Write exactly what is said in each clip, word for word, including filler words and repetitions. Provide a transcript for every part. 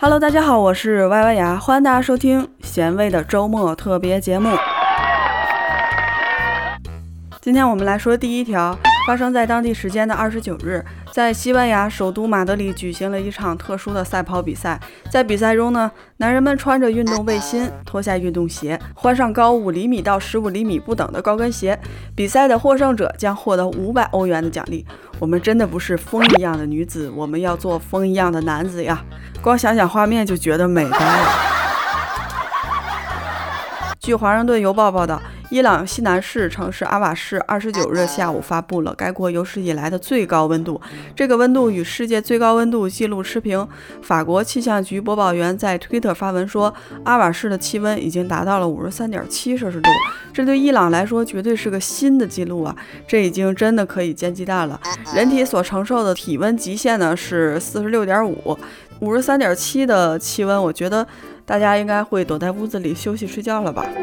Hello， 大家好，我是歪歪牙，欢迎大家收听咸味的周末特别节目。今天我们来说第一条，发生在当地时间的二十九日，在西班牙首都马德里举行了一场特殊的赛跑比赛。在比赛中呢，男人们穿着运动背心，脱下运动鞋，换上高五厘米到十五厘米不等的高跟鞋。比赛的获胜者将获得五百欧元的奖励。我们真的不是风一样的女子，我们要做风一样的男子呀！光想想画面就觉得美呆了。据华盛顿邮报报道，伊朗西南市城市阿瓦市二十九日下午发布了该国有史以来的最高温度，这个温度与世界最高温度记录持平。法国气象局播报员在推特发文说，阿瓦市的气温已经达到了五十三点七摄氏度，这对伊朗来说绝对是个新的记录啊！这已经真的可以煎鸡蛋了。人体所承受的体温极限呢是四十六点五，五十三点七的气温，我觉得大家应该会躲在屋子里休息睡觉了吧。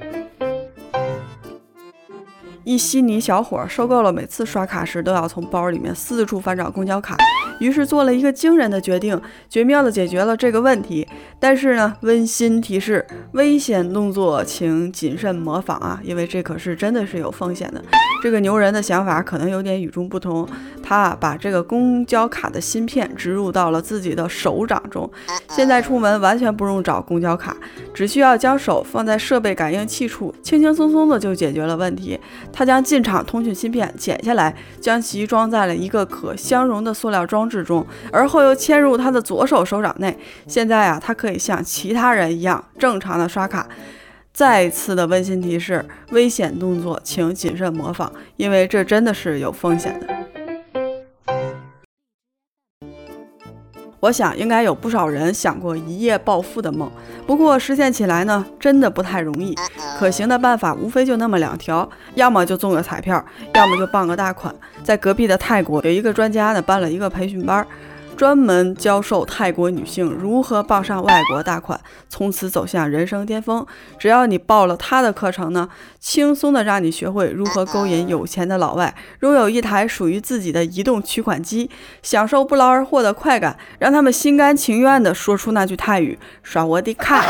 一悉尼小伙受够了每次刷卡时都要从包里面四处翻找公交卡，于是做了一个惊人的决定，绝妙地解决了这个问题。但是呢，温馨提示，危险动作请谨慎模仿啊，因为这可是真的是有风险的。这个牛人的想法可能有点与众不同，他把这个公交卡的芯片植入到了自己的手掌中，现在出门完全不用找公交卡，只需要将手放在设备感应器处，轻轻松松的就解决了问题。他将进场通讯芯片剪下来，将其装在了一个可相容的塑料装置中，而后又嵌入他的左手手掌内。现在啊，他可以像其他人一样正常的刷卡。再次的温馨提示，危险动作请谨慎模仿，因为这真的是有风险的。我想应该有不少人想过一夜暴富的梦，不过实现起来呢，真的不太容易。可行的办法无非就那么两条，要么就中个彩票，要么就傍个大款。在隔壁的泰国有一个专家呢，办了一个培训班，专门教授泰国女性如何傍上外国大款，从此走向人生巅峰。只要你报了他的课程呢，轻松的让你学会如何勾引有钱的老外，拥有一台属于自己的移动取款机，享受不劳而获的快感，让他们心甘情愿的说出那句泰语：耍我的卡。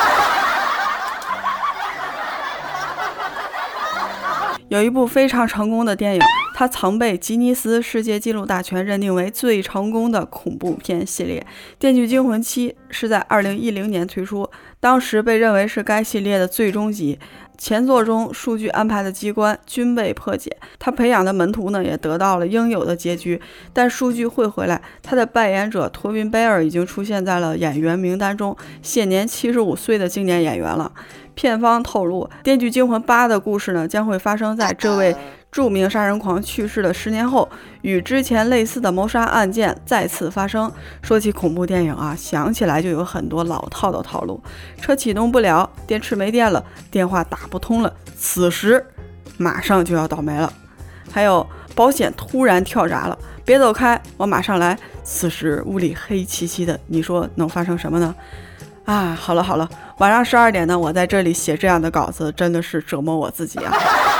有一部非常成功的电影，它曾被吉尼斯世界纪录大全认定为最成功的恐怖片系列。《电锯惊魂七》是在二零一零年推出，当时被认为是该系列的最终集。前作中数据安排的机关均被破解，他培养的门徒呢也得到了应有的结局，但数据汇回来，他的扮演者托宾·贝尔已经出现在了演员名单中，现年七十五岁的经典演员了。片方透露，《电锯惊魂八》的故事呢将会发生在这位著名杀人狂去世的十年后，与之前类似的谋杀案件再次发生。说起恐怖电影啊，想起来就有很多老套的套路：车启动不了，电池没电了，电话打不通了，此时马上就要倒霉了；还有保险突然跳闸了，别走开，我马上来，此时屋里黑漆漆的，你说能发生什么呢？啊，好了好了，晚上十二点呢，我在这里写这样的稿子，真的是折磨我自己啊！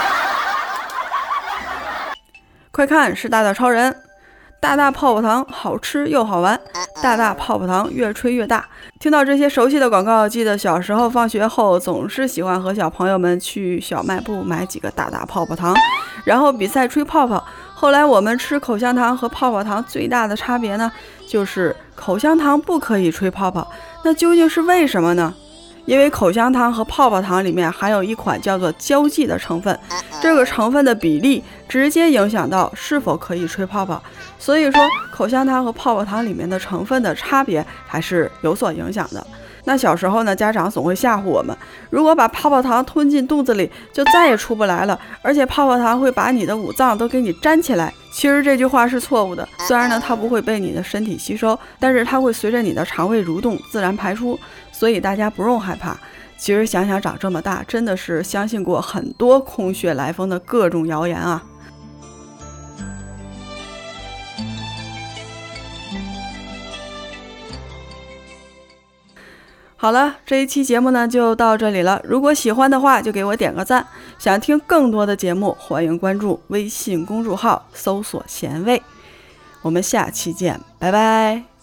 快看，是大大超人！大大泡泡糖好吃又好玩，大大泡泡糖越吹越大。听到这些熟悉的广告，记得小时候放学后总是喜欢和小朋友们去小卖部买几个大大泡泡糖，然后比赛吹泡泡。后来我们吃口香糖和泡泡糖最大的差别呢，就是口香糖不可以吹泡泡。那究竟是为什么呢？因为口香糖和泡泡糖里面含有一款叫做胶剂的成分，这个成分的比例直接影响到是否可以吹泡泡。所以说，口香糖和泡泡糖里面的成分的差别还是有所影响的。那小时候呢，家长总会吓唬我们，如果把泡泡糖吞进肚子里，就再也出不来了，而且泡泡糖会把你的五脏都给你粘起来。其实这句话是错误的，虽然呢它不会被你的身体吸收，但是它会随着你的肠胃蠕动自然排出，所以大家不用害怕。其实想想长这么大，真的是相信过很多空穴来风的各种谣言啊。好了，这一期节目呢就到这里了。如果喜欢的话，就给我点个赞。想听更多的节目，欢迎关注微信公众号，搜索“咸味”。我们下期见，拜拜。